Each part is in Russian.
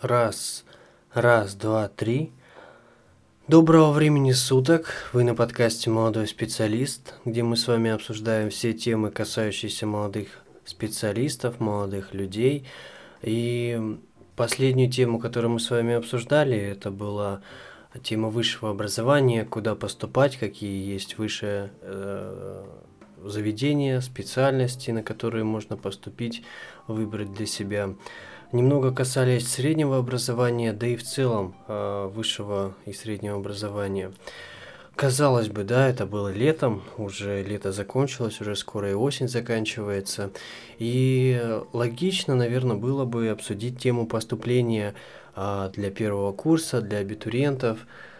Раз, раз, два, три. Доброго времени суток. Вы на подкасте «Молодой специалист», где мы с вами обсуждаем все темы, касающиеся молодых специалистов, молодых людей. И последнюю тему, которую мы с вами обсуждали, это была тема высшего образования, куда поступать, какие есть высшие заведения, специальности, на которые можно поступить, выбрать для себя. Немного касались среднего образования, да и в целом высшего и среднего образования. Казалось бы, да, это было летом, уже лето закончилось, уже скоро и осень заканчивается. И логично, наверное, было бы обсудить тему поступления для первого курса, для абитуриентов,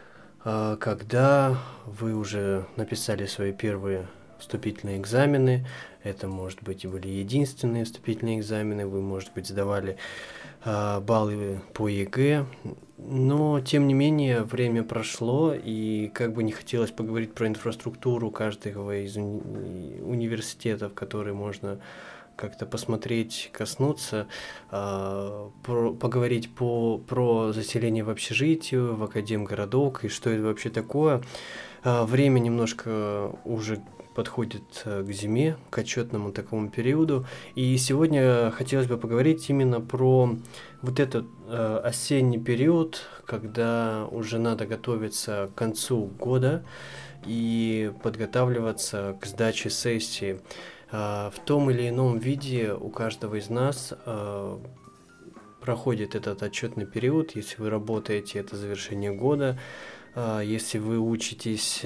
когда вы уже написали свои первые вступительные экзамены. Это, может быть, и были единственные вступительные экзамены, вы, может быть, сдавали баллы по ЕГЭ, но, тем не менее, время прошло, и как бы не хотелось поговорить про инфраструктуру каждого из университетов, которые можно как-то посмотреть, коснуться, поговорить про заселение в общежитие, в академгородок и что это вообще такое. Время немножко уже подходит к зиме, к отчетному такому периоду. И сегодня хотелось бы поговорить именно про вот этот осенний период, когда уже надо готовиться к концу года и подготавливаться к сдаче сессии. В том или ином виде у каждого из нас проходит этот отчетный период. Если вы работаете, это завершение года. Если вы учитесь,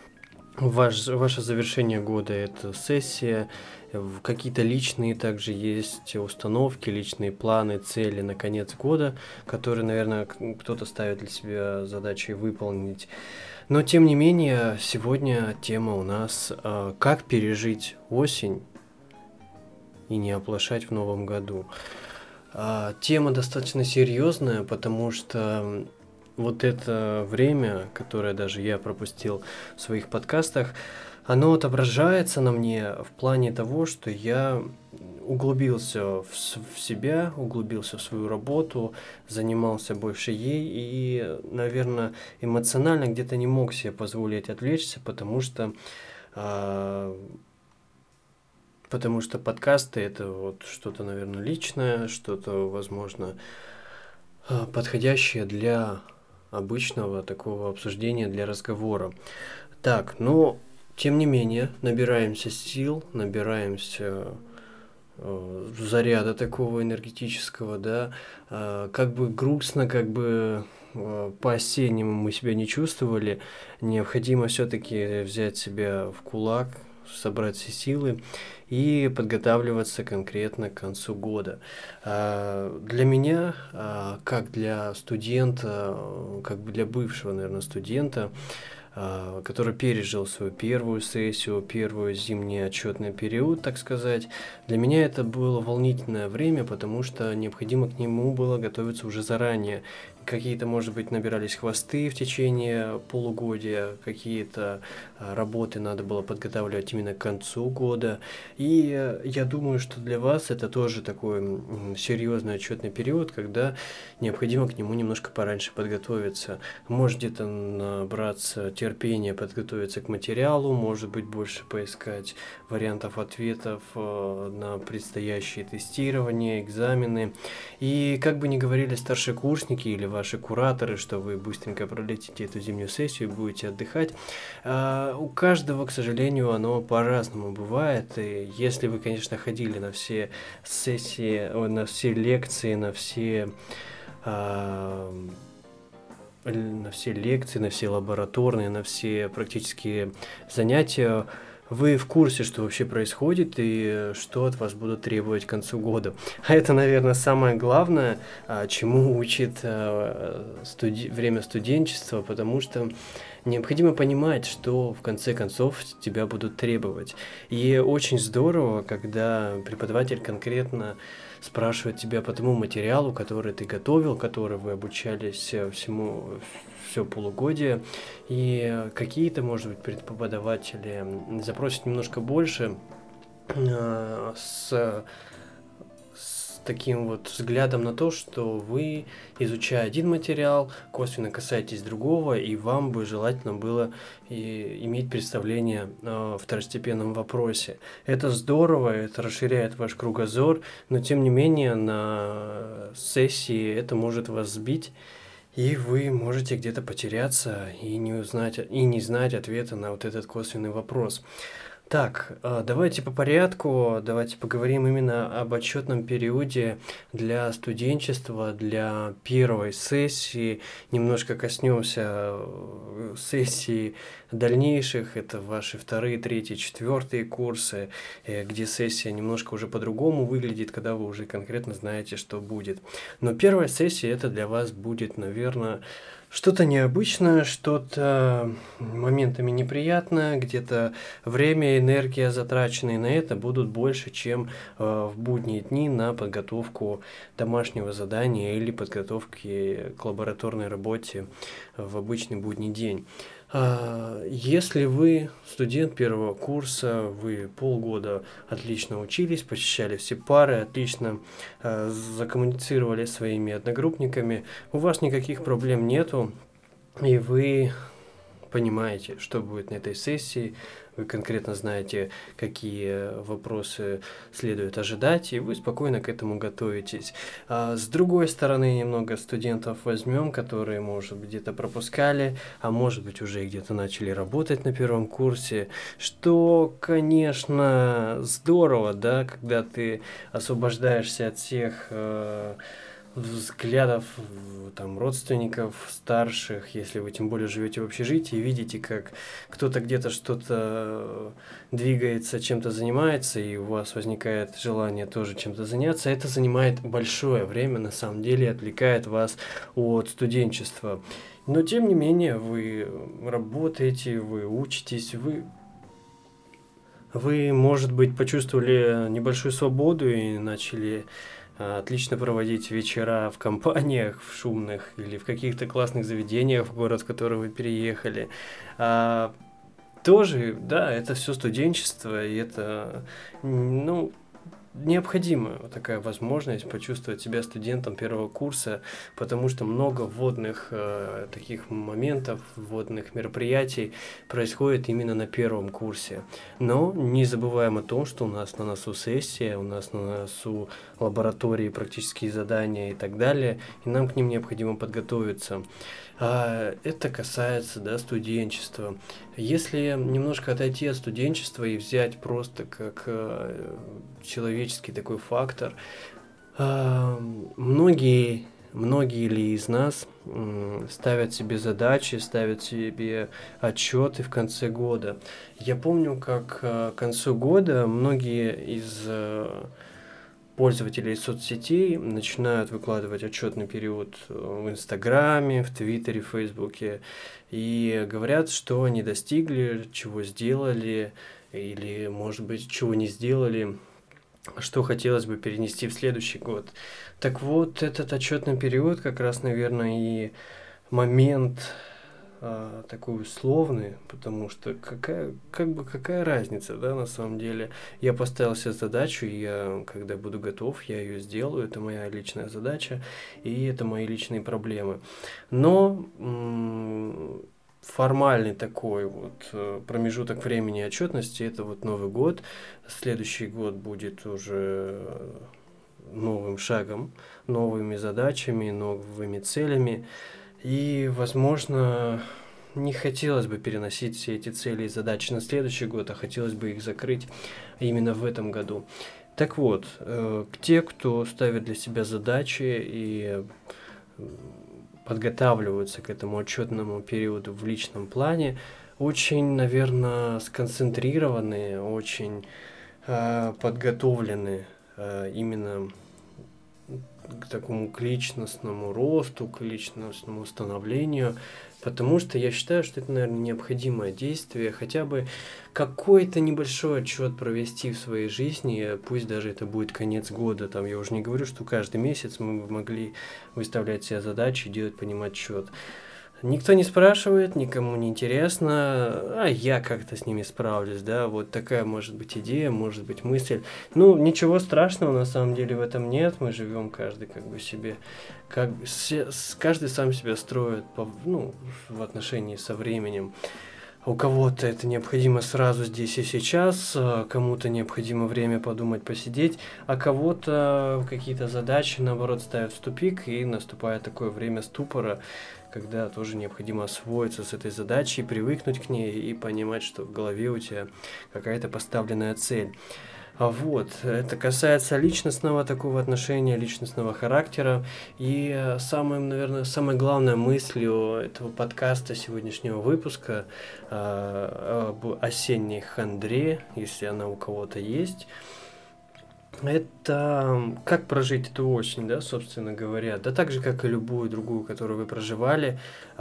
ваше завершение года – это сессия. Какие-то личные также есть установки, личные планы, цели на конец года, которые, наверное, кто-то ставит для себя задачей выполнить. Но, тем не менее, сегодня тема у нас «Как пережить осень и не оплошать в новом году». Тема достаточно серьезная, потому что вот это время, которое даже я пропустил в своих подкастах, оно отображается на мне в плане того, что я углубился в себя, углубился в свою работу, занимался больше ей и, наверное, эмоционально где-то не мог себе позволить отвлечься, потому что подкасты – это вот что-то, наверное, личное, что-то, возможно, подходящее для обычного такого обсуждения, для разговора. Так, но, тем не менее, набираемся сил, набираемся заряда такого энергетического, да, как бы грустно, как бы по-осеннему мы себя не чувствовали, необходимо все-таки взять себя в кулак, собрать все силы и подготавливаться конкретно к концу года. Для меня, как для студента, как бы для бывшего, наверное, студента, который пережил свою первую сессию, первый зимний отчетный период, так сказать, для меня это было волнительное время, потому что необходимо к нему было готовиться уже заранее. Какие-то, может быть, набирались хвосты в течение полугодия, какие-то работы надо было подготавливать именно к концу года. И я думаю, что для вас это тоже такой серьезный отчетный период, когда необходимо к нему немножко пораньше подготовиться. Может где-то набраться терпения, подготовиться к материалу, может быть, больше поискать вариантов ответов на предстоящие тестирования, экзамены. И как бы ни говорили старшекурсники или ваши кураторы, что вы быстренько пролетите эту зимнюю сессию и будете отдыхать, у каждого, к сожалению, оно по-разному бывает. И если вы, конечно, ходили на все сессии, на все лекции, на все лекции, на все лабораторные, на все практические занятия, вы в курсе, что вообще происходит и что от вас будут требовать к концу года. А это, наверное, самое главное, чему учит время студенчества, потому что необходимо понимать, что в конце концов тебя будут требовать. И очень здорово, когда преподаватель конкретно спрашивает тебя по тому материалу, который ты готовил, который вы обучались все полугодие, и какие-то, может быть, преподаватели запросят немножко больше с с таким вот взглядом на то, что вы, изучая один материал, косвенно касаетесь другого, и вам бы желательно было иметь представление о второстепенном вопросе. Это здорово, это расширяет ваш кругозор, но тем не менее на сессии это может вас сбить, и вы можете где-то потеряться и не знать ответа на вот этот косвенный вопрос. Так, давайте по порядку, давайте поговорим именно об отчетном периоде для студенчества, для первой сессии. Немножко коснемся сессий дальнейших, это ваши вторые, третьи, четвертые курсы, где сессия немножко уже по-другому выглядит, когда вы уже конкретно знаете, что будет. Но первая сессия это для вас будет, наверное, что-то необычное, что-то моментами неприятное, где-то время, энергия, затраченные на это будут больше, чем в будние дни на подготовку домашнего задания или подготовки к лабораторной работе в обычный будний день. Если вы студент первого курса, вы полгода отлично учились, посещали все пары, отлично закоммуницировали с своими одногруппниками, у вас никаких проблем нету, и вы понимаете, что будет на этой сессии, вы конкретно знаете, какие вопросы следует ожидать, и вы спокойно к этому готовитесь. С другой стороны, немного студентов возьмем, которые, может быть, где-то пропускали, а может быть, уже где-то начали работать на первом курсе, что, конечно, здорово, да, когда ты освобождаешься от всех взглядов там, родственников, старших, если вы тем более живете в общежитии, и видите, как кто-то где-то что-то двигается, чем-то занимается, и у вас возникает желание тоже чем-то заняться, это занимает большое время, на самом деле, отвлекает вас от студенчества. Но, тем не менее, вы работаете, вы учитесь, вы, может быть, почувствовали небольшую свободу и начали отлично проводить вечера в компаниях, в шумных или в каких-то классных заведениях в город, в который вы переехали. Тоже, да, это все студенчество, и это, ну, необходима такая возможность почувствовать себя студентом первого курса, потому что много вводных таких моментов, вводных мероприятий происходит именно на первом курсе. Но не забываем о том, что у нас на носу сессия, у нас на носу лаборатории, практические задания и так далее, и нам к ним необходимо подготовиться. Это касается, да, студенчества. Если немножко отойти от студенчества и взять просто как человеческий такой фактор, многие ли из нас ставят себе задачи, ставят себе отчеты в конце года. Я помню, как к концу года многие из пользователей соцсетей начинают выкладывать отчетный период в Инстаграме, в Твиттере, в Фейсбуке и говорят, что они достигли, чего сделали или, может быть, чего не сделали, что хотелось бы перенести в следующий год. Так вот, этот отчетный период как раз, наверное, и момент такой условный, потому что какая разница, да, на самом деле. Я поставил себе задачу, и когда буду готов, я ее сделаю, это моя личная задача, и это мои личные проблемы. Но формальный такой вот промежуток времени отчетности, это вот Новый год, следующий год будет уже новым шагом, новыми задачами, новыми целями. И, возможно, не хотелось бы переносить все эти цели и задачи на следующий год, а хотелось бы их закрыть именно в этом году. Так вот, те, кто ставит для себя задачи и подготавливаются к этому отчетному периоду в личном плане, очень, наверное, сконцентрированы, очень подготовлены именно к такому к личностному росту, к личностному становлению, потому что я считаю, что это, наверное, необходимое действие, хотя бы какой-то небольшой отчет провести в своей жизни, пусть даже это будет конец года, там я уже не говорю, что каждый месяц мы могли выставлять себе задачи и делать по ним отчет. Никто не спрашивает, никому не интересно, а я как-то с ними справлюсь, да, вот такая может быть идея, может быть мысль. Ну, ничего страшного на самом деле в этом нет, мы живем каждый как бы себе, каждый сам себя строит, ну, в отношении со временем. У кого-то это необходимо сразу здесь и сейчас, кому-то необходимо время подумать, посидеть, а кого-то какие-то задачи, наоборот, ставят в тупик, и наступает такое время ступора, когда тоже необходимо освоиться с этой задачей, привыкнуть к ней и понимать, что в голове у тебя какая-то поставленная цель. Вот, это касается личностного такого отношения, личностного характера. И наверное, самой главной мыслью этого подкаста сегодняшнего выпуска об осенней хандре, если она у кого-то есть, это как прожить эту осень, да, собственно говоря. Да так же, как и любую другую, которую вы проживали,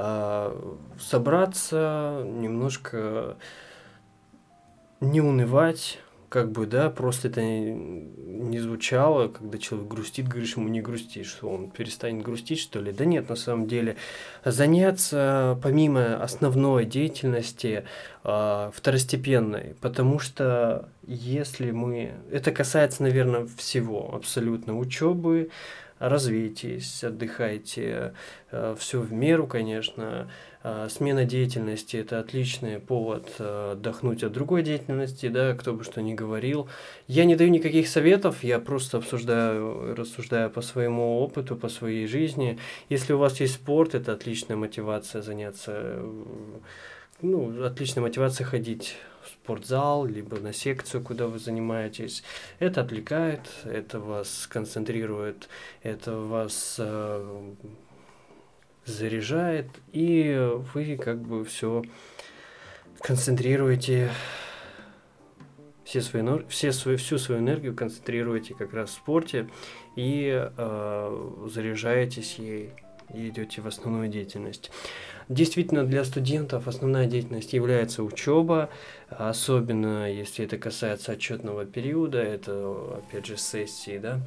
собраться, немножко не унывать, как бы, да, просто это не звучало, когда человек грустит, говоришь ему не грусти, что он перестанет грустить, что ли? Да нет, на самом деле, заняться помимо основной деятельности второстепенной, потому что если мы... Это касается, наверное, всего абсолютно. Учебы, развейтесь, отдыхайте, все в меру, конечно. Смена деятельности – это отличный повод отдохнуть от другой деятельности, да, кто бы что ни говорил. Я не даю никаких советов, я просто рассуждаю по своему опыту, по своей жизни. Если у вас есть спорт, это отличная мотивация заняться, ну, отличная мотивация ходить в спортзал, либо на секцию, куда вы занимаетесь. Это отвлекает, это вас концентрирует, это вас заряжает, и вы как бы все концентрируете, всю свою энергию концентрируете как раз в спорте и заряжаетесь ей и идете в основную деятельность. Действительно, для студентов основная деятельность является учеба, особенно если это касается отчетного периода, это опять же сессии, да.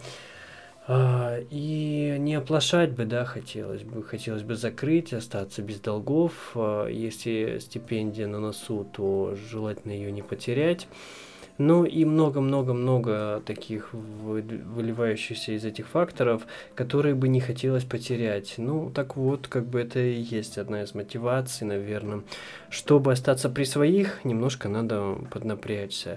И не оплошать бы, да, хотелось бы закрыть, остаться без долгов. Если стипендия на носу, то желательно ее не потерять. Ну и много-много-много таких выливающихся из этих факторов, которые бы не хотелось потерять. Ну, так вот, как бы это и есть одна из мотиваций, наверное. Чтобы остаться при своих, немножко надо поднапрячься.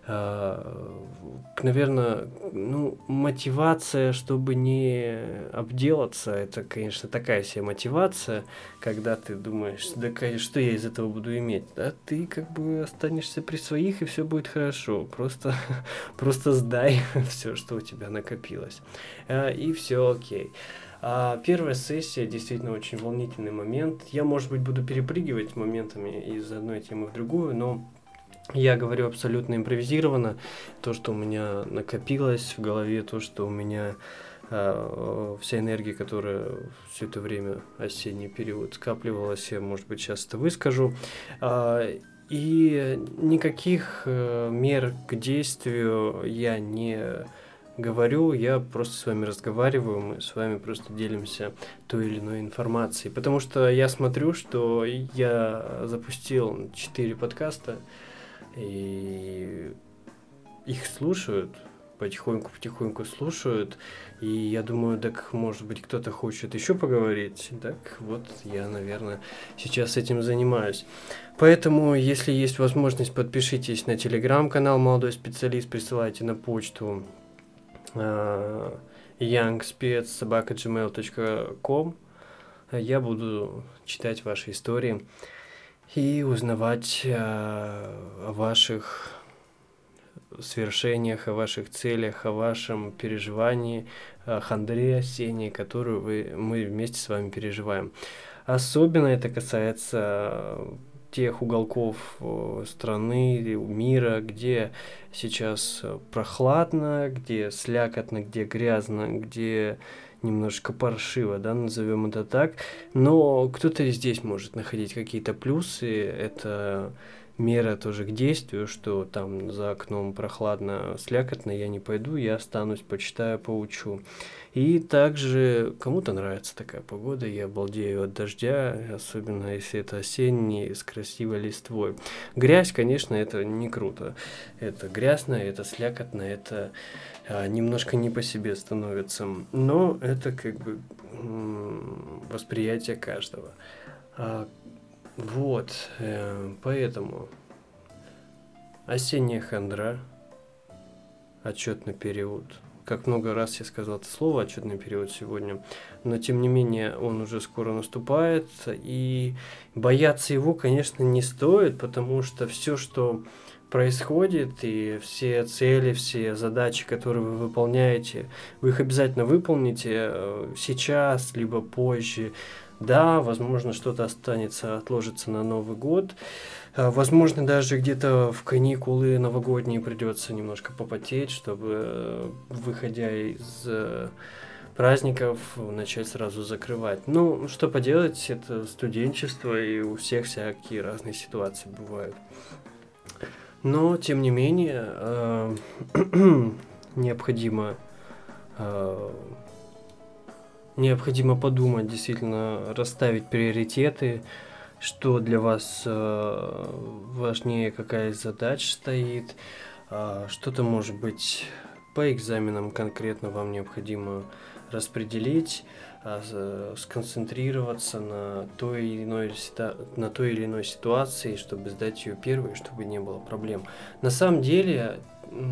Наверное, ну, мотивация, чтобы не обделаться, это, конечно, такая себе мотивация, когда ты думаешь, да что я из этого буду иметь? Да ты как бы останешься при своих, и все будет хорошо. Просто сдай все, что у тебя накопилось. И все окей. Первая сессия действительно очень волнительный момент. Я, может быть, буду перепрыгивать моментами из одной темы в другую, но я говорю абсолютно импровизированно. То, что у меня накопилось в голове, то, что у меня вся энергия, которая все это время, осенний период, скапливалась, я, может быть, сейчас это выскажу. И никаких мер к действию я не говорю, я просто с вами разговариваю, мы с вами просто делимся той или иной информацией. Потому что я смотрю, что я запустил 4 подкаста, и их слушают, потихоньку слушают, и я думаю, так, может быть, кто-то хочет еще поговорить, так вот я, наверное, сейчас этим занимаюсь. Поэтому, если есть возможность, подпишитесь на телеграм-канал «Молодой специалист», присылайте на почту youngspec@gmail.com. Я буду читать ваши истории и узнавать о ваших свершениях, о ваших целях, о вашем переживании, о хандре осенней, которую мы вместе с вами переживаем. Особенно это касается тех уголков страны, мира, где сейчас прохладно, где слякотно, где грязно, где немножко паршиво, да, назовем это так. Но кто-то и здесь может находить какие-то плюсы. Это мера тоже к действию, что там за окном прохладно, слякотно, я не пойду, я останусь, почитаю, поучу. И также кому-то нравится такая погода, я балдею от дождя, особенно если это осенний с красивой листвой. Грязь, конечно, это не круто. Это грязно, это слякотно, это немножко не по себе становится. Но это как бы восприятие каждого. Вот, поэтому осенняя хандра, отчетный период. Как много раз я сказал это слово, отчетный период сегодня, но тем не менее он уже скоро наступает, и бояться его, конечно, не стоит, потому что все, что происходит, и все цели, все задачи, которые вы выполняете, вы их обязательно выполните сейчас, либо позже. Да, возможно, что-то останется, отложится на Новый год. Возможно, даже где-то в каникулы новогодние придется немножко попотеть, чтобы, выходя из праздников, начать сразу закрывать. Ну, что поделать, это студенчество, и у всех всякие разные ситуации бывают. Но, тем не менее, необходимо подумать, действительно расставить приоритеты, что для вас важнее, какая задача стоит, что-то, может быть, по экзаменам конкретно вам необходимо распределить, сконцентрироваться на той или иной ситуации, чтобы сдать ее первой, чтобы не было проблем. На самом деле,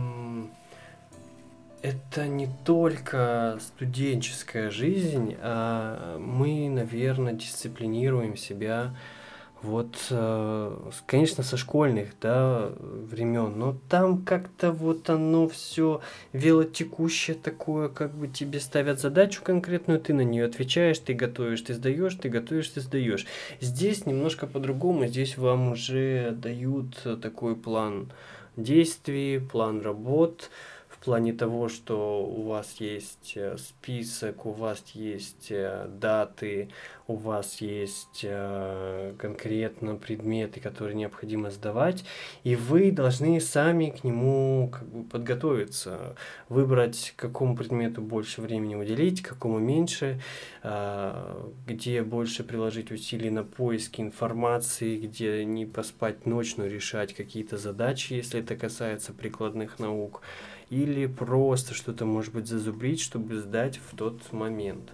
это не только студенческая жизнь, а мы, наверное, дисциплинируем себя вот, конечно, со школьных, да, времен, но там как-то вот оно все велотекущее такое, как бы тебе ставят задачу конкретную, ты на нее отвечаешь, ты готовишь, ты сдаешь, ты готовишь, ты сдаешь. Здесь немножко по-другому, здесь вам уже дают такой план действий, план работ, в плане того, что у вас есть список, у вас есть даты, у вас есть конкретно предметы, которые необходимо сдавать, и вы должны сами к нему как бы подготовиться, выбрать, какому предмету больше времени уделить, какому меньше, где больше приложить усилий на поиски информации, где не поспать ночь, но решать какие-то задачи, если это касается прикладных наук, или просто что-то, может быть, зазубрить, чтобы сдать в тот момент.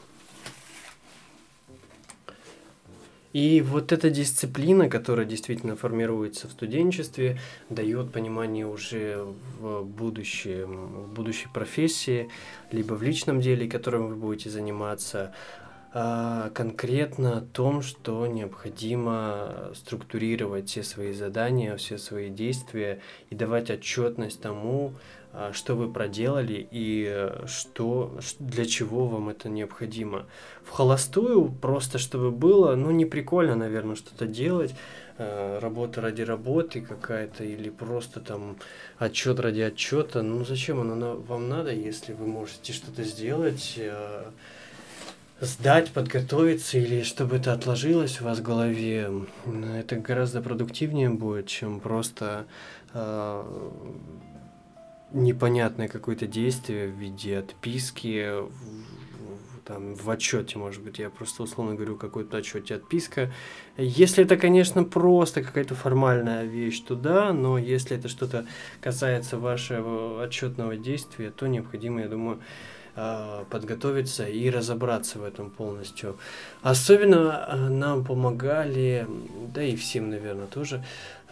И вот эта дисциплина, которая действительно формируется в студенчестве, дает понимание уже в будущем, в будущей профессии, либо в личном деле, которым вы будете заниматься, конкретно о том, что необходимо структурировать все свои задания, все свои действия и давать отчетность тому, что вы проделали и для чего вам это необходимо. В холостую, просто чтобы было, не прикольно, наверное, что-то делать, работа ради работы какая-то, или просто там отчет ради отчета. Зачем оно вам надо, если вы можете что-то сделать, сдать, подготовиться, или чтобы это отложилось у вас в голове. Это гораздо продуктивнее будет, чем просто непонятное какое-то действие в виде отписки, в отчете, может быть, я просто условно говорю, какой-то отчете отписка. Если это, конечно, просто какая-то формальная вещь, то да, но если это что-то касается вашего отчетного действия, то необходимо, я думаю, подготовиться и разобраться в этом полностью. Особенно нам помогали, да и всем, наверное, тоже,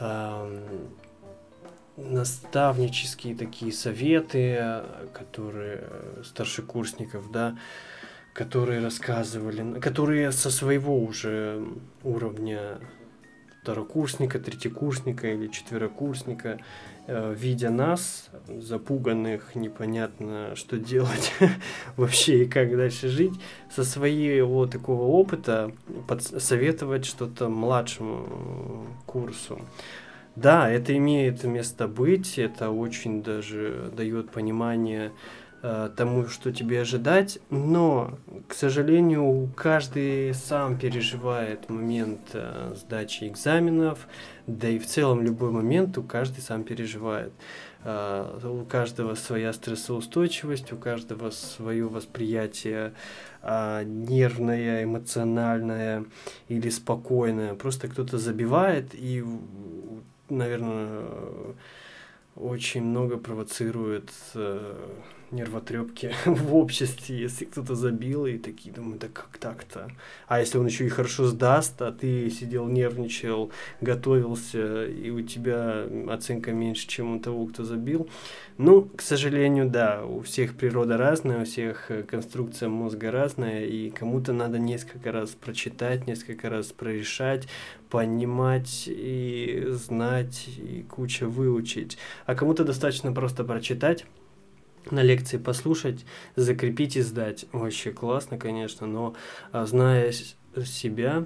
наставнические такие советы, которые старшекурсников, да, которые рассказывали, которые со своего уже уровня второкурсника, третьекурсника или четверокурсника, видя нас, запуганных, непонятно, что делать вообще и как дальше жить, со своего такого опыта советовать что-то младшему курсу. Да, это имеет место быть, это очень даже дает понимание тому, что тебе ожидать, но, к сожалению, каждый сам переживает момент сдачи экзаменов, да и в целом любой момент каждый сам переживает. У каждого своя стрессоустойчивость, у каждого свое восприятие нервное, эмоциональное или спокойное. Просто кто-то забивает и, наверное, очень много провоцирует нервотрепки в обществе, если кто-то забил, и такие думают, да как так-то? А если он еще и хорошо сдаст, а ты сидел, нервничал, готовился, и у тебя оценка меньше, чем у того, кто забил. Ну, к сожалению, да, у всех природа разная, у всех конструкция мозга разная, и кому-то надо несколько раз прочитать, несколько раз прорешать, понимать и знать, и куча выучить. А кому-то достаточно просто прочитать, на лекции послушать, закрепить и сдать. Вообще классно, конечно, но зная себя,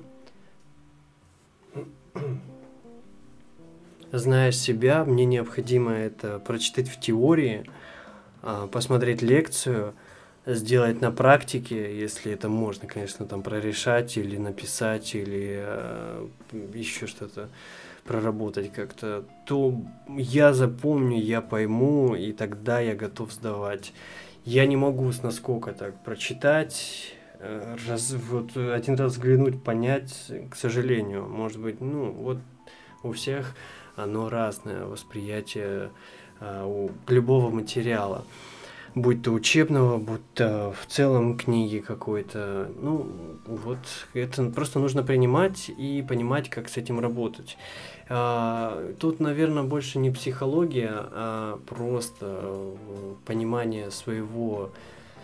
мне необходимо это прочитать в теории, посмотреть лекцию, сделать на практике, если это можно, конечно, там прорешать или написать, или еще что-то проработать как-то, то я запомню, я пойму, и тогда я готов сдавать. Я не могу с наскока так прочитать, вот один раз взглянуть, понять, к сожалению. Может быть, вот у всех оно разное восприятие любого материала. Будь то учебного, будь то в целом книги какой-то. Вот это просто нужно принимать и понимать, как с этим работать. Тут, наверное, больше не психология, а просто понимание своего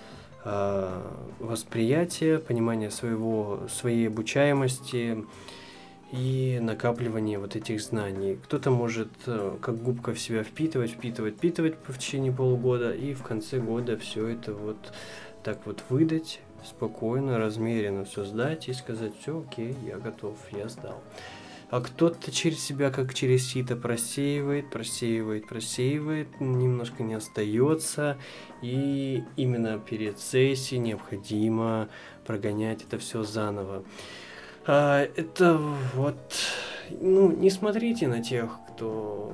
восприятия, понимание своей обучаемости и накапливание вот этих знаний. Кто-то может как губка в себя впитывать в течение полугода, и в конце года все это вот так вот выдать, спокойно, размеренно все сдать и сказать: все окей, я готов, я сдал. А кто-то через себя, как через сито, просеивает, немножко не остается, и именно перед сессией необходимо прогонять это все заново. Это вот, не смотрите на тех, кто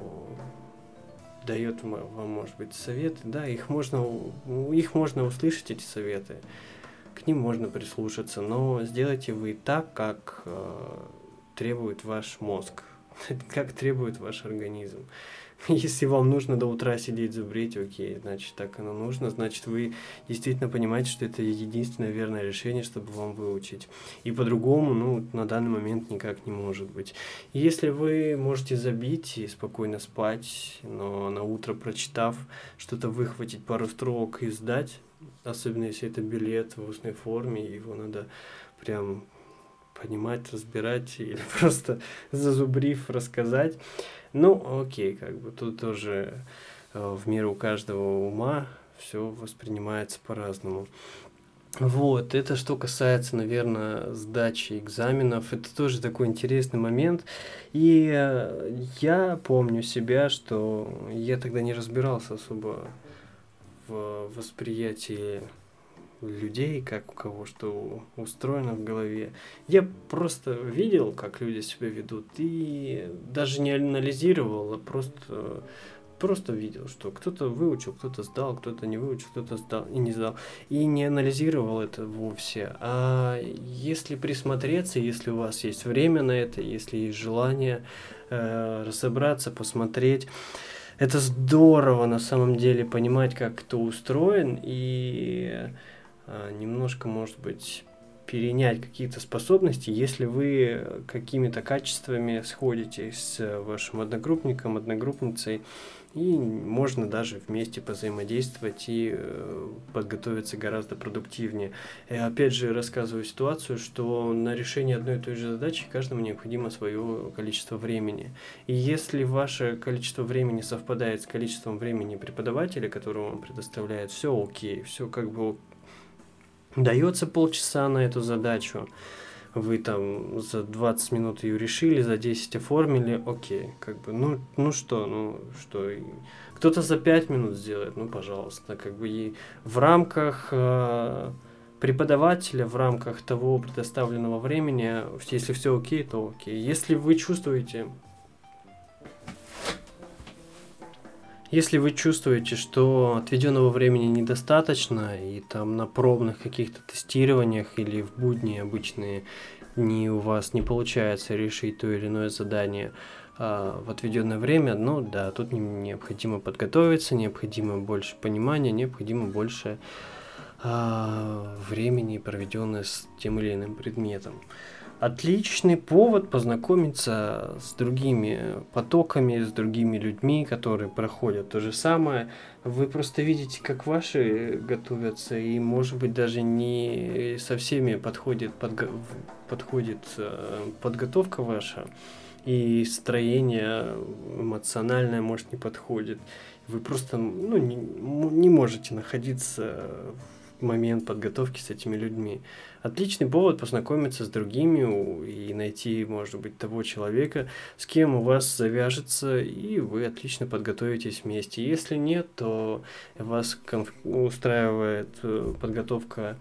дает вам, может быть, советы, да, их можно услышать, эти советы, к ним можно прислушаться, но сделайте вы так, как требует ваш мозг, как требует ваш организм. Если вам нужно до утра сидеть зубрить, окей, значит, так оно нужно, значит, вы действительно понимаете, что это единственное верное решение, чтобы вам выучить. И по-другому, на данный момент никак не может быть. Если вы можете забить и спокойно спать, но на утро, прочитав, что-то выхватить пару строк и сдать, особенно если это билет в устной форме, его надо прям понимать, разбирать или просто зазубрив рассказать. Окей, тут тоже в меру каждого ума все воспринимается по-разному. Вот, это что касается, наверное, сдачи экзаменов. Это тоже такой интересный момент. И я помню себя, что я тогда не разбирался особо в восприятии людей, как у кого что устроено в голове. Я просто видел, как люди себя ведут, и даже не анализировал, а просто видел, что кто-то выучил, кто-то сдал, кто-то не выучил, кто-то сдал и не сдал. И не анализировал это вовсе. А если присмотреться, если у вас есть время на это, если есть желание разобраться, посмотреть, это здорово на самом деле понимать, как кто устроен, и немножко, может быть, перенять какие-то способности, если вы какими-то качествами сходитесь с вашим одногруппником, одногруппницей, и можно даже вместе позаимодействовать и подготовиться гораздо продуктивнее. И опять же рассказываю ситуацию, что на решение одной и той же задачи каждому необходимо свое количество времени. И если ваше количество времени совпадает с количеством времени преподавателя, который вам предоставляет, все окей, все дается полчаса на эту задачу, вы там за 20 минут ее решили, за 10 оформили, окей, как бы, ну что, кто-то за 5 минут сделает, ну, пожалуйста, как бы и в рамках преподавателя, в рамках того предоставленного времени, если все окей, то окей. Если вы чувствуете, что отведенного времени недостаточно, и там на пробных каких-то тестированиях или в будни обычные дни у вас не получается решить то или иное задание в отведенное время, ну да, тут необходимо подготовиться, необходимо больше понимания, необходимо больше времени, проведенное с тем или иным предметом. Отличный повод познакомиться с другими потоками, с другими людьми, которые проходят то же самое. Вы просто видите, как ваши готовятся, и, может быть, даже не со всеми подходит подготовка ваша, и строение эмоциональное, может, не подходит. Вы просто не можете находиться в момент подготовки с этими людьми. Отличный повод познакомиться с другими и найти, может быть, того человека, с кем у вас завяжется, и вы отлично подготовитесь вместе. Если нет, то вас устраивает подготовка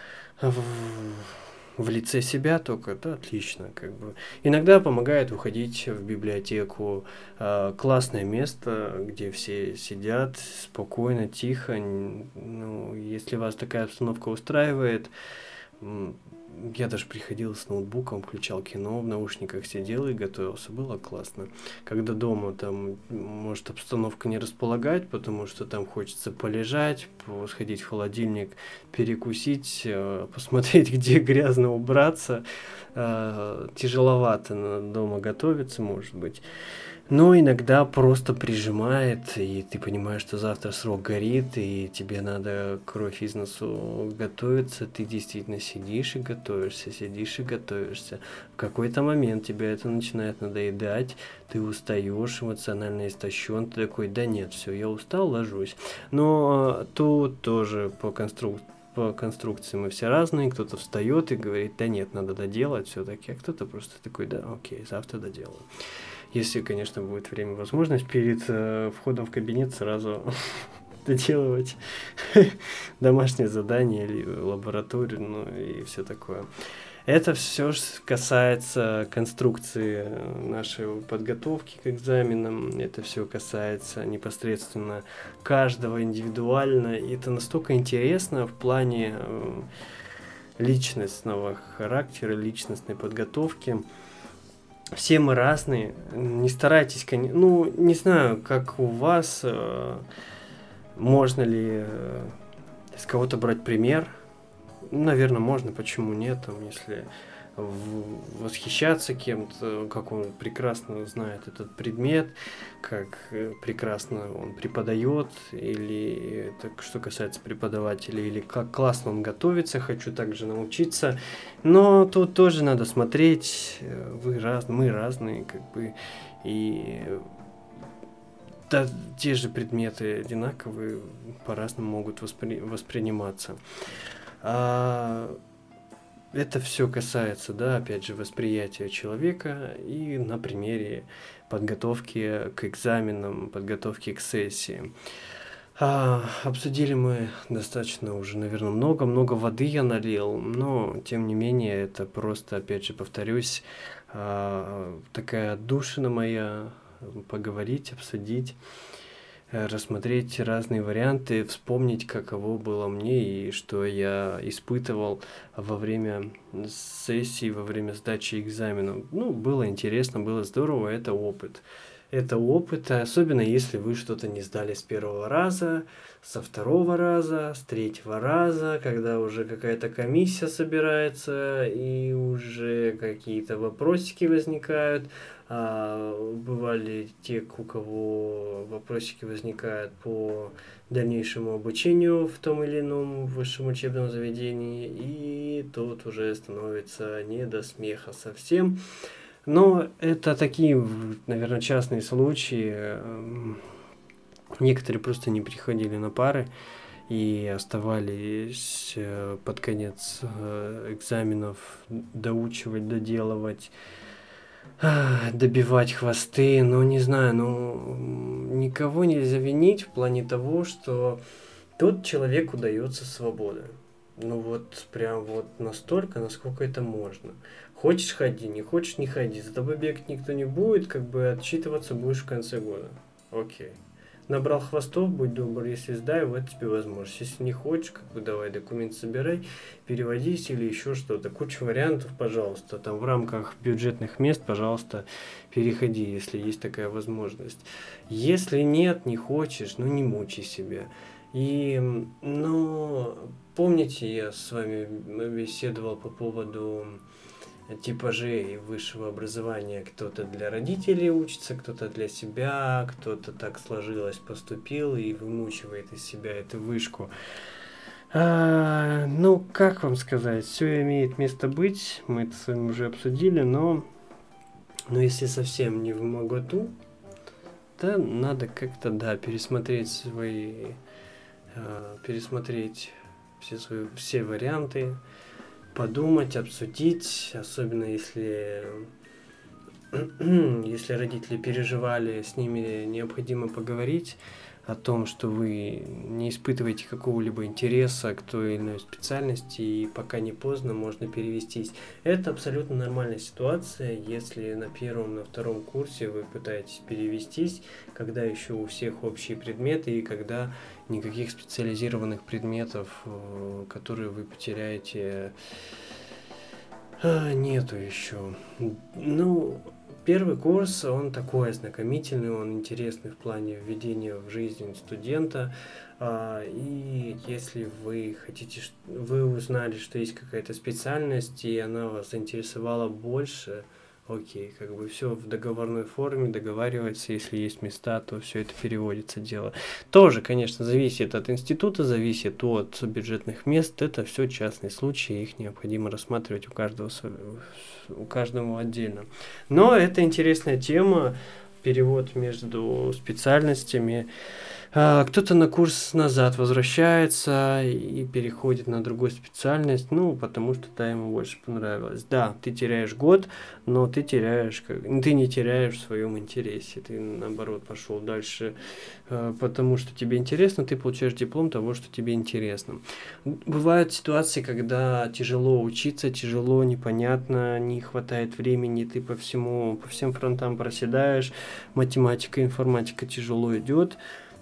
в лице себя только, да, отлично, как бы. Иногда помогает уходить в библиотеку, классное место, где все сидят спокойно, тихо. Ну, если вас такая обстановка устраивает, я даже приходил с ноутбуком, включал кино, в наушниках сидел и готовился. Было классно. Когда дома там может обстановка не располагать, потому что там хочется полежать, сходить в холодильник, перекусить, посмотреть, где грязно убраться. Тяжеловато дома готовиться, может быть. Но иногда просто прижимает, и ты понимаешь, что завтра срок горит, и тебе надо кровь из носу готовиться. Ты действительно сидишь и готовишься. В какой-то момент тебя это начинает надоедать, ты устаешь, эмоционально истощен, ты такой, да нет, все, я устал, ложусь. Но тут тоже по конструкции мы все разные, кто-то встает и говорит, да нет, надо доделать все-таки, а кто-то просто такой, да, окей, завтра доделаю. Если, конечно, будет время и возможность перед входом в кабинет сразу доделывать домашнее задание или лабораторию, ну и все такое. Это все касается конструкции нашей подготовки к экзаменам, это все касается непосредственно каждого индивидуально. И это настолько интересно в плане личностного характера, личностной подготовки. Все мы разные, не старайтесь, не знаю, как у вас, можно ли с кого-то брать пример, наверное, можно, почему нет, там, если восхищаться кем-то, как он прекрасно знает этот предмет, как прекрасно он преподает, или это что касается преподавателя, или как классно он готовится, хочу также научиться. Но тут тоже надо смотреть, мы разные, как бы, и да, те же предметы одинаковые, по-разному могут восприниматься. Это все касается, да, опять же, восприятия человека и на примере подготовки к экзаменам, подготовки к сессии. Обсудили мы достаточно уже, наверное, много воды я налил, но, тем не менее, это просто, опять же, повторюсь, такая отдушина моя, поговорить, обсудить, рассмотреть разные варианты, вспомнить, каково было мне и что я испытывал во время сессии, во время сдачи экзаменов. Ну, было интересно, было здорово, это опыт. Это опыт, особенно если вы что-то не сдали с первого раза, со второго раза, с третьего раза, когда уже какая-то комиссия собирается и уже какие-то вопросики возникают. Бывали те, у кого вопросики возникают по дальнейшему обучению в том или ином высшем учебном заведении, и тут уже становится не до смеха совсем. Но это такие, наверное, частные случаи. Некоторые просто не приходили на пары, и оставались под конец экзаменов доучивать, доделывать, добивать хвосты. Ну, не знаю, никого нельзя винить в плане того, что тут человеку дается свобода. Ну вот прям вот настолько, насколько это можно. Хочешь ходи, не хочешь не ходи. За тобой бегать никто не будет, как бы отчитываться будешь в конце года. Окей. Набрал хвостов, будь добр, если сдай, вот тебе возможность. Если не хочешь, как бы давай документ собирай, переводись или еще что-то. Куча вариантов, пожалуйста. Там в рамках бюджетных мест, пожалуйста, переходи, если есть такая возможность. Если нет, не хочешь, ну не мучай себя. И, ну, помните, я с вами беседовал по поводу типажей высшего образования. Кто-то для родителей учится, кто-то для себя, кто-то так сложилось, поступил и вымучивает из себя эту вышку. Ну, как вам сказать, все имеет место быть, мы это с вами уже обсудили, но если совсем не в моготу, то надо как-то, да, пересмотреть все варианты, подумать, обсудить, особенно если родители переживали, с ними необходимо поговорить о том, что вы не испытываете какого-либо интереса к той или иной специальности, и пока не поздно, можно перевестись. Это абсолютно нормальная ситуация, если на первом, на втором курсе вы пытаетесь перевестись, когда еще у всех общие предметы, и когда никаких специализированных предметов, которые вы потеряете, нету еще. Ну, первый курс, он такой ознакомительный, он интересный в плане введения в жизнь студента. И если вы узнали, что есть какая-то специальность, и она вас заинтересовала больше, окей, как бы все в договорной форме, договаривается, если есть места, то все это переводится дело. Тоже, конечно, зависит от института, зависит от бюджетных мест, это все частные случаи, их необходимо рассматривать у каждого отдельно. Но это интересная тема, перевод между специальностями. Кто-то на курс назад возвращается и переходит на другую специальность, ну, потому что та ему больше понравилась. Да, ты теряешь год, но ты не теряешь в своем интересе. Ты, наоборот, пошел дальше, потому что тебе интересно, ты получаешь диплом того, что тебе интересно. Бывают ситуации, когда тяжело учиться, тяжело, непонятно, не хватает времени, ты по всем фронтам проседаешь, математика, информатика тяжело идет,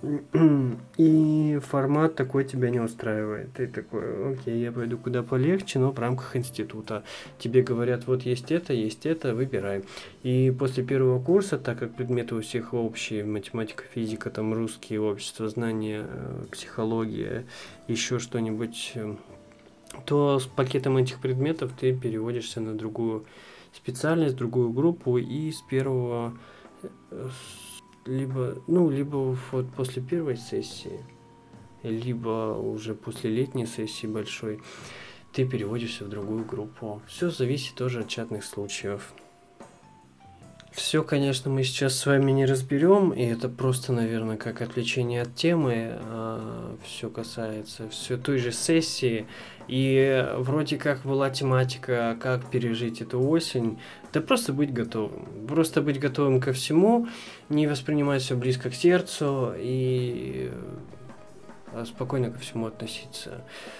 и формат такой тебя не устраивает. Ты такой, окей, я пойду куда полегче, но в рамках института. Тебе говорят, вот есть это, выбирай. И после первого курса, так как предметы у всех общие, математика, физика, там русский, общество, знания, психология, еще что-нибудь, то с пакетом этих предметов ты переводишься на другую специальность, другую группу, и с первого либо вот после первой сессии, либо уже после летней сессии большой, ты переводишься в другую группу. Все зависит тоже от частных случаев. Все, конечно, мы сейчас с вами не разберем, и это просто, наверное, как отвлечение от темы. Все касается все той же сессии. И вроде как была тематика, как пережить эту осень. Да просто быть готовым. Просто быть готовым ко всему, не воспринимать все близко к сердцу и спокойно ко всему относиться.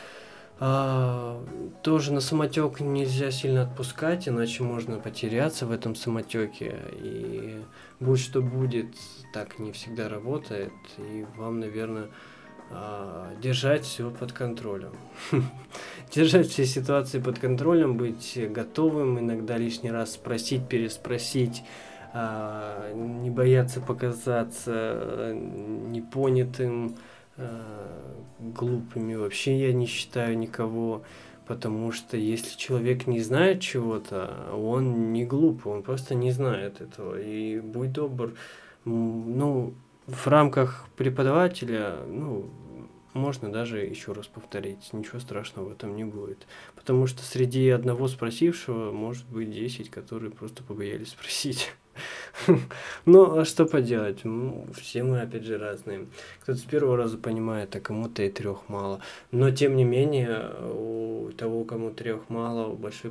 Тоже на самотек нельзя сильно отпускать, иначе можно потеряться в этом самотеке. И будь что будет, так не всегда работает. И вам, наверное, держать все под контролем. Держать все ситуации под контролем, быть готовым, иногда лишний раз спросить, переспросить, не бояться показаться непонятым, глупыми. Вообще я не считаю никого, потому что если человек не знает чего-то, он не глупый, он просто не знает этого. И будь добр, в рамках преподавателя, можно даже еще раз повторить, ничего страшного в этом не будет. Потому что среди одного спросившего может быть 10, которые просто побоялись спросить. Ну, а что поделать? Ну, все мы, опять же, разные. Кто-то с первого раза понимает, а кому-то и 3 мало. Но, тем не менее, у того, кому 3 мало, большой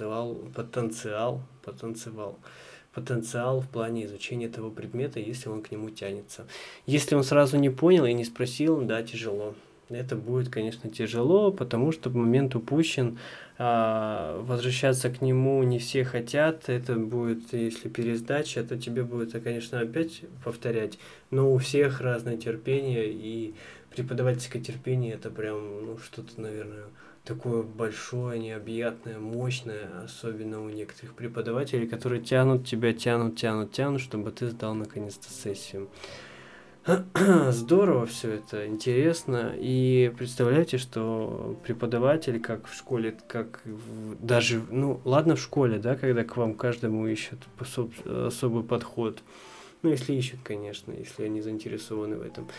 потенциал в плане изучения этого предмета, если он к нему тянется. Если он сразу не понял и не спросил, да, тяжело. Это будет, конечно, тяжело, потому что момент упущен, возвращаться к нему не все хотят, это будет, если пересдача, то тебе будет, конечно, опять повторять, но у всех разное терпение, и преподавательское терпение это прям, ну, что-то, наверное, такое большое, необъятное, мощное, особенно у некоторых преподавателей, которые тянут тебя, тянут, чтобы ты сдал наконец-то сессию. Здорово все это, интересно. И представляете, что преподаватель, как в школе, даже, ну, ладно в школе, да, когда к вам каждому ищут особый подход. Ну, если ищут, конечно, если они заинтересованы в этом.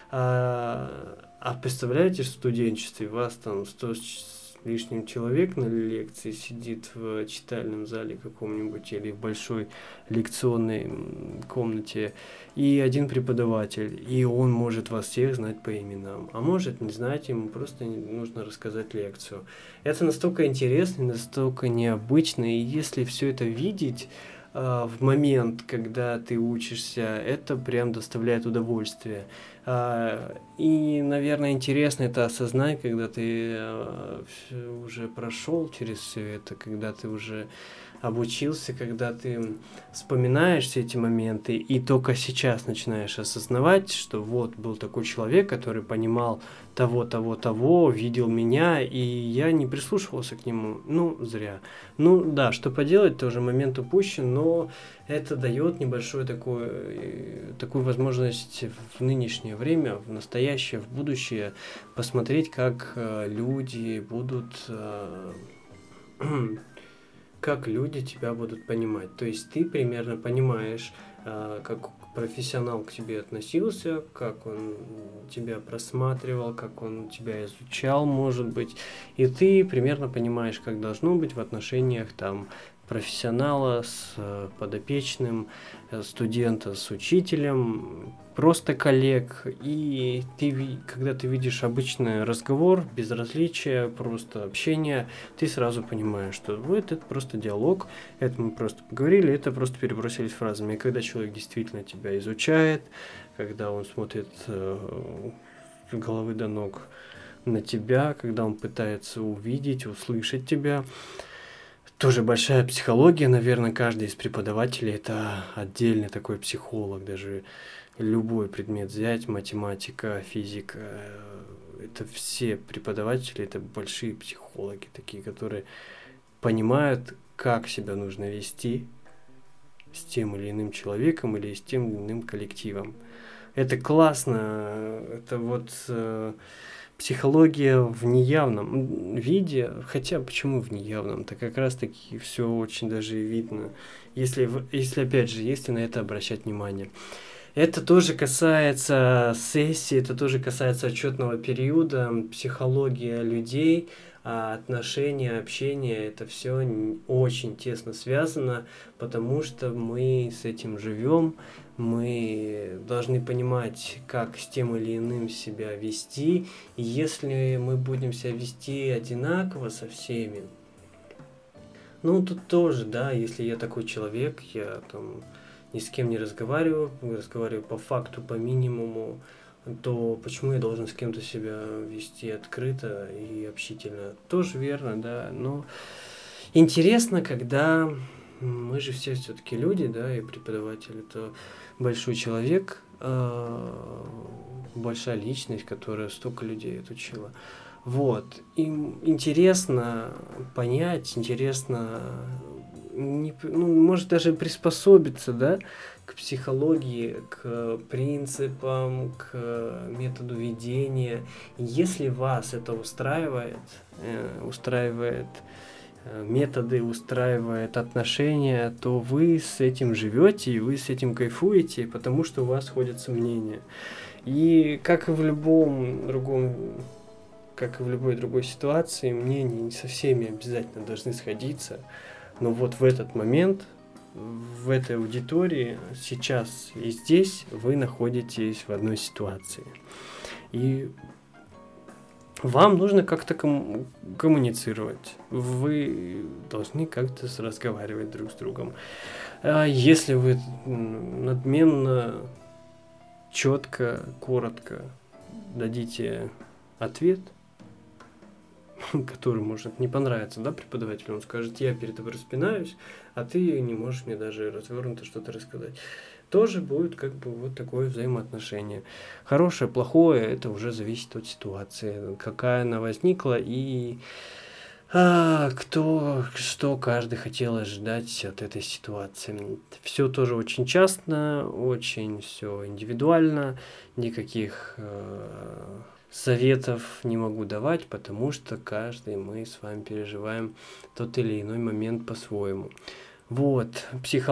А представляете, в студенчестве вас там 100 с лишним человек на лекции сидит в читальном зале каком-нибудь или в большой лекционной комнате, и один преподаватель, и он может вас всех знать по именам, а может не знать, ему просто нужно рассказать лекцию. Это настолько интересно, настолько необычно, и если все это видеть в момент, когда ты учишься, это прям доставляет удовольствие. И, наверное, интересно это осознать, когда ты уже прошел через все это, когда ты уже обучился, когда ты вспоминаешь все эти моменты и только сейчас начинаешь осознавать, что вот был такой человек, который понимал того, видел меня, и я не прислушивался к нему. Ну, зря. Ну, да, что поделать, тоже момент упущен, но это дает небольшую такую возможность в нынешнее время, в настоящее, в будущее посмотреть, как люди будут как люди тебя будут понимать. То есть ты примерно понимаешь, как профессионал к тебе относился, как он тебя просматривал, как он тебя изучал, может быть. И ты примерно понимаешь, как должно быть в отношениях там профессионала с подопечным, студента с учителем, просто коллег. И ты, когда ты видишь обычный разговор, безразличие, просто общение, ты сразу понимаешь, что вот это просто диалог, это мы просто поговорили, это просто перебросились фразами. И когда человек действительно тебя изучает, когда он смотрит с головы до ног на тебя, когда он пытается увидеть, услышать тебя, тоже большая психология, наверное, каждый из преподавателей это отдельный такой психолог, даже любой предмет взять, математика, физика, это все преподаватели, это большие психологи, такие, которые понимают, как себя нужно вести с тем или иным человеком или с тем или иным коллективом. Это классно, это вот психология в неявном виде, хотя почему в неявном, так как раз таки все очень даже видно, если опять же, если на это обращать внимание. Это тоже касается сессии, это тоже касается отчетного периода, психология людей, отношения, общение, это все очень тесно связано, потому что мы с этим живем, мы должны понимать, как с тем или иным себя вести, и если мы будем себя вести одинаково со всеми, ну тут тоже, да, если я такой человек, я там ни с кем не разговариваю по факту, по минимуму, то почему я должен с кем-то себя вести открыто и общительно? Тоже верно, да, но интересно, когда мы же все-таки люди, да, и преподаватель это большой человек, большая личность, которая столько людей отучила. Вот, им интересно понять, интересно может даже приспособиться, да, к психологии, к принципам, к методу ведения. Если вас это устраивает методы, устраивает отношения, то вы с этим живете, и вы с этим кайфуете, потому что у вас сходятся мнения. И как и в любой другой ситуации, мнения не со всеми обязательно должны сходиться. Но вот в этот момент, в этой аудитории, сейчас и здесь вы находитесь в одной ситуации. И вам нужно как-то коммуницировать. Вы должны как-то разговаривать друг с другом. Если вы надменно, четко, коротко дадите ответ, который может не понравиться, да, преподавателю, он скажет: я перед тобой распинаюсь, а ты не можешь мне даже развернуто что-то рассказать. Тоже будет как бы вот такое взаимоотношение. Хорошее, плохое, это уже зависит от ситуации, какая она возникла и что каждый хотел ожидать от этой ситуации. Все тоже очень частно, очень все индивидуально, никаких советов не могу давать, потому что каждый мы с вами переживаем тот или иной момент по-своему. Вот,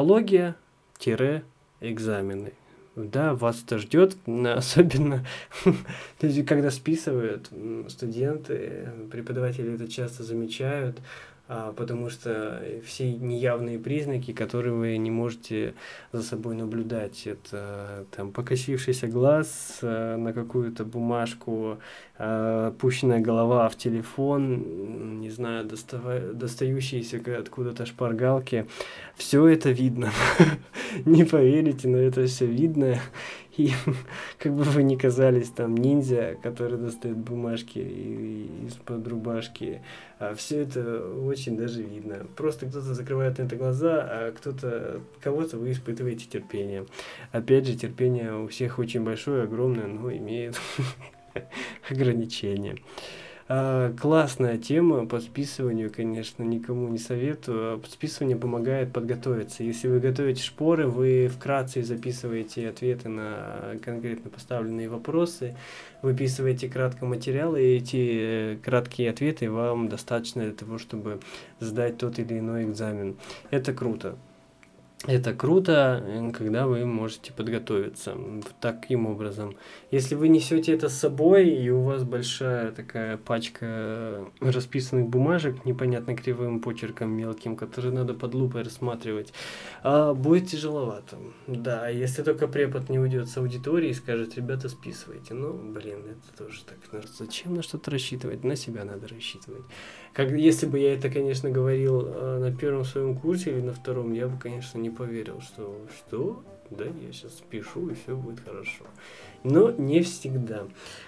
психология-экзамены. Да, вас это ждет, особенно когда списывают студенты, преподаватели это часто замечают, потому что все неявные признаки, которые вы не можете за собой наблюдать, это там покосившийся глаз на какую-то бумажку, опущенная голова в телефон, не знаю, достающиеся откуда-то шпаргалки, все это видно. Не поверите, но это все видно. И как бы вы ни казались там ниндзя, который достает бумажки из-под рубашки, все это очень даже видно. Просто кто-то закрывает на это глаза, а кого-то вы испытываете терпение. Опять же, терпение у всех очень большое, огромное, но имеет ограничения. Классная тема по списыванию, конечно, никому не советую. Списывание помогает подготовиться. Если вы готовите шпоры, вы вкратце записываете ответы на конкретно поставленные вопросы, выписываете кратко материалы, и эти краткие ответы вам достаточно для того, чтобы сдать тот или иной экзамен. Это круто. Это круто, когда вы можете подготовиться таким образом. Если вы несете это с собой, и у вас большая такая пачка расписанных бумажек, непонятно кривым почерком мелким, которые надо под лупой рассматривать, будет тяжеловато. Да, если только препод не уйдет с аудитории и скажет: ребята, списывайте. Это тоже так. Зачем на что-то рассчитывать? На себя надо рассчитывать. Если бы я это, конечно, говорил на первом своем курсе или на втором, я бы, конечно, не поверил, что? Да, я сейчас пишу, и все будет хорошо. Но не всегда.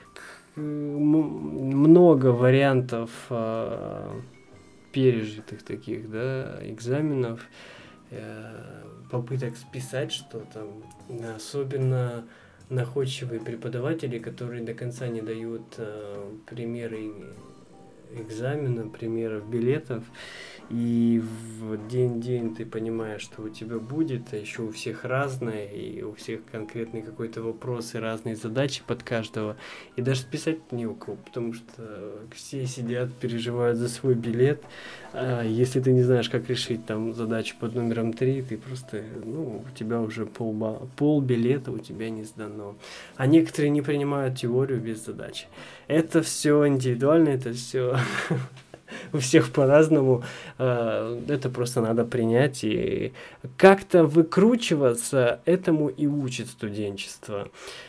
Много вариантов пережитых таких, да, экзаменов, попыток списать что-то, особенно находчивые преподаватели, которые до конца не дают примеры экзамена, примеров билетов, и в день ты понимаешь, что у тебя будет, а еще у всех разное, и у всех конкретный какой-то вопрос и разные задачи под каждого, и даже списать не у кого, потому что все сидят, переживают за свой билет. Если ты не знаешь, как решить там задачу под номером 3, ты просто, у тебя уже пол билета у тебя не сдано. А некоторые не принимают теорию без задачи. Это все индивидуально, это все у всех по-разному. Это просто надо принять и как-то выкручиваться. Этому и учит студенчество.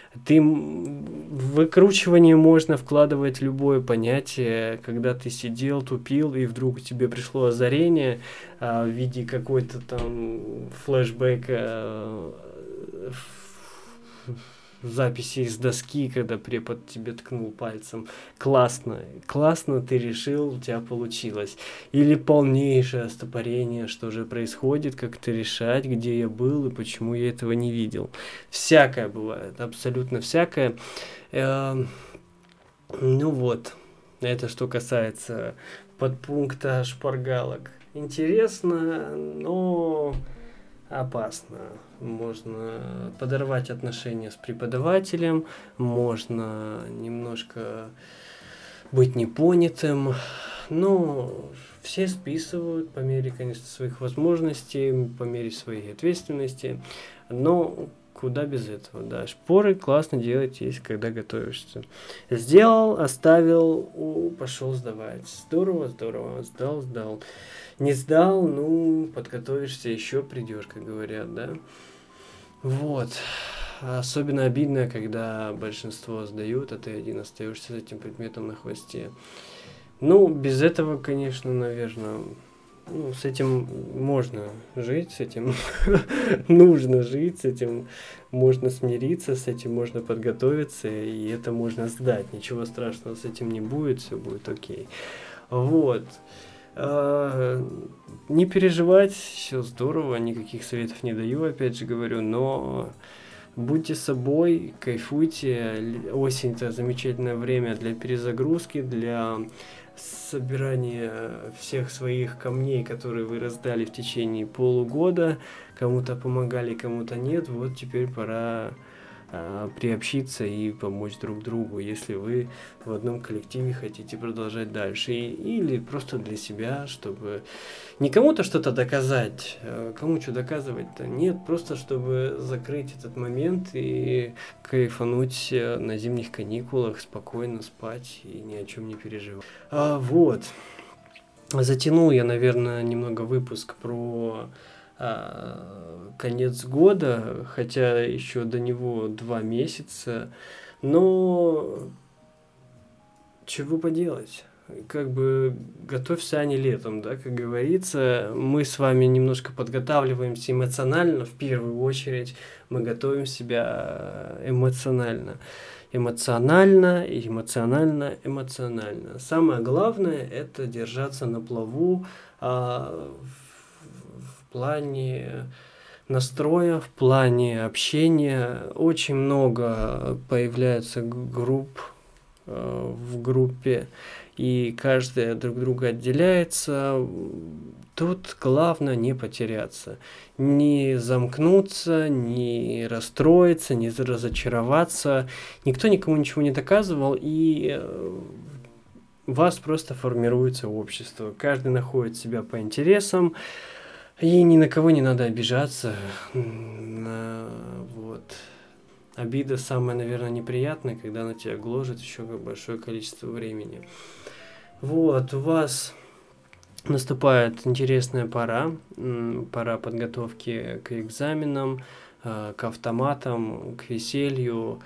В выкручивание можно вкладывать любое понятие, когда ты сидел, тупил, и вдруг тебе пришло озарение в виде какой-то там флешбэка, записи из доски, когда препод тебе ткнул пальцем. Классно, ты решил, у тебя получилось. Или полнейшее стопорение, что же происходит, как это решать, где я был и почему я этого не видел. Всякое бывает, абсолютно всякое. Это что касается подпункта шпаргалок. Интересно, но опасно. Можно подорвать отношения с преподавателем, можно немножко быть непонятым. Все списывают по мере, конечно, своих возможностей, по мере своей ответственности. Но куда без этого, да. Шпоры классно делать, если когда готовишься. Сделал, оставил, пошел сдавать. Здорово, здорово, сдал. Не сдал, ну, подготовишься, еще придешь, как говорят, да. Вот. Особенно обидно, когда большинство сдают, а ты один остаешься с этим предметом на хвосте. Ну, без этого, конечно, наверное, ну, с этим можно жить, с этим нужно жить, с этим можно смириться, с этим можно подготовиться, и это можно сдать. Ничего страшного с этим не будет, все будет окей. Вот. Не переживать, все здорово, никаких советов не даю, опять же говорю, но будьте собой, кайфуйте. Осень – это замечательное время для перезагрузки, для собирания всех своих камней, которые вы раздали в течение полугода. Кому-то помогали, кому-то нет. Вот теперь пора приобщиться и помочь друг другу, если вы в одном коллективе хотите продолжать дальше. Или просто для себя, чтобы не кому-то что-то доказать. Кому что доказывать-то? Нет, просто чтобы закрыть этот момент и кайфануть на зимних каникулах, спокойно спать и ни о чем не переживать. Вот. Затянул я, наверное, немного выпуск про конец года, хотя еще до него 2 месяца, но чего поделать? Как бы готовься, а не летом, да, как говорится. Мы с вами немножко подготавливаемся эмоционально, в первую очередь мы готовим себя эмоционально. Эмоционально. Самое главное – это держаться на плаву, в плане настроя, в плане общения. Очень много появляется групп в группе, и каждая друг друга отделяется. Тут главное не потеряться, не замкнуться, не расстроиться, не разочароваться. Никто никому ничего не доказывал, и у вас просто формируется общество. Каждый находит себя по интересам, и ни на кого не надо обижаться. Вот. Обида самая, наверное, неприятная, когда она тебя гложет еще большое количество времени. Вот, у вас наступает интересная пора подготовки к экзаменам, к автоматам, к веселью.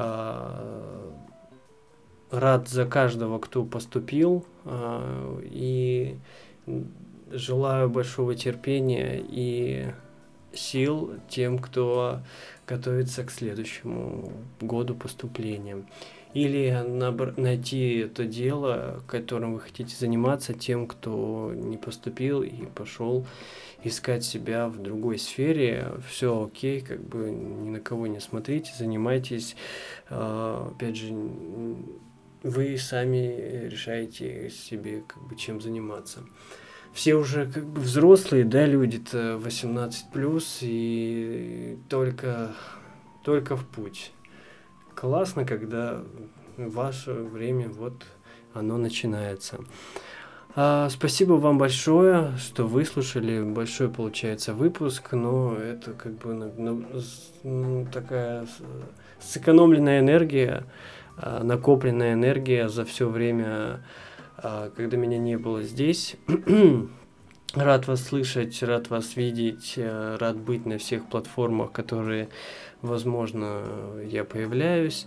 Рад за каждого, кто поступил, и желаю большого терпения и сил тем, кто готовится к следующему году поступления. Или найти то дело, которым вы хотите заниматься, тем, кто не поступил и пошел искать себя в другой сфере. Все окей, как бы ни на кого не смотрите, занимайтесь. Опять же, вы сами решаете себе, как бы, чем заниматься. Все уже как бы взрослые, да, люди-то 18+, и только в путь. Классно, когда ваше время, вот, оно начинается. Спасибо вам большое, что выслушали. Большой получается выпуск, но это как бы такая сэкономленная энергия, накопленная энергия за все время, когда меня не было здесь. Рад вас слышать, рад вас видеть, рад быть на всех платформах, которые, возможно, я появляюсь.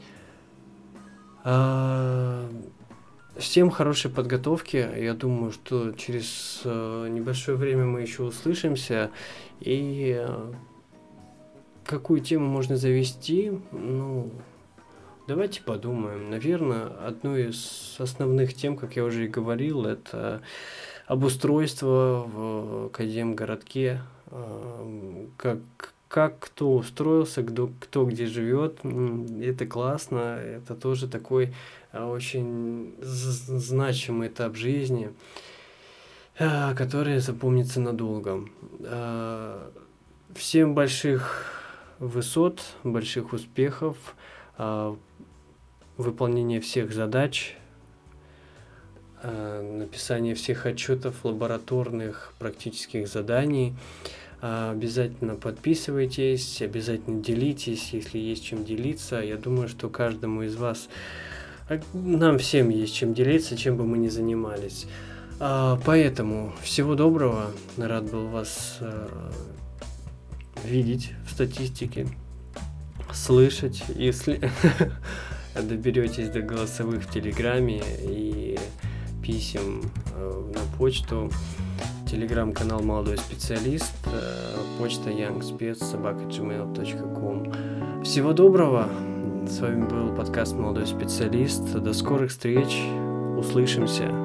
Всем хорошей подготовки. Я думаю, что через небольшое время мы еще услышимся. И какую тему можно завести? Давайте подумаем. Наверное, одной из основных тем, как я уже и говорил, это обустройство в академгородке, как кто устроился, кто где живет. Это классно, это тоже такой очень значимый этап жизни, который запомнится надолго. Всем больших высот, больших успехов, выполнения всех задач, написание всех отчетов, лабораторных, практических заданий. Обязательно подписывайтесь, обязательно делитесь, если есть чем делиться. Я думаю, что каждому из вас, нам всем есть чем делиться, чем бы мы ни занимались. Поэтому всего доброго. Рад был вас видеть в статистике, слышать, если доберетесь до голосовых в Телеграме и писем на почту. Телеграм-канал «Молодой специалист», почта youngspec@gmail.com. Всего доброго. С вами был подкаст «Молодой специалист». До скорых встреч. Услышимся.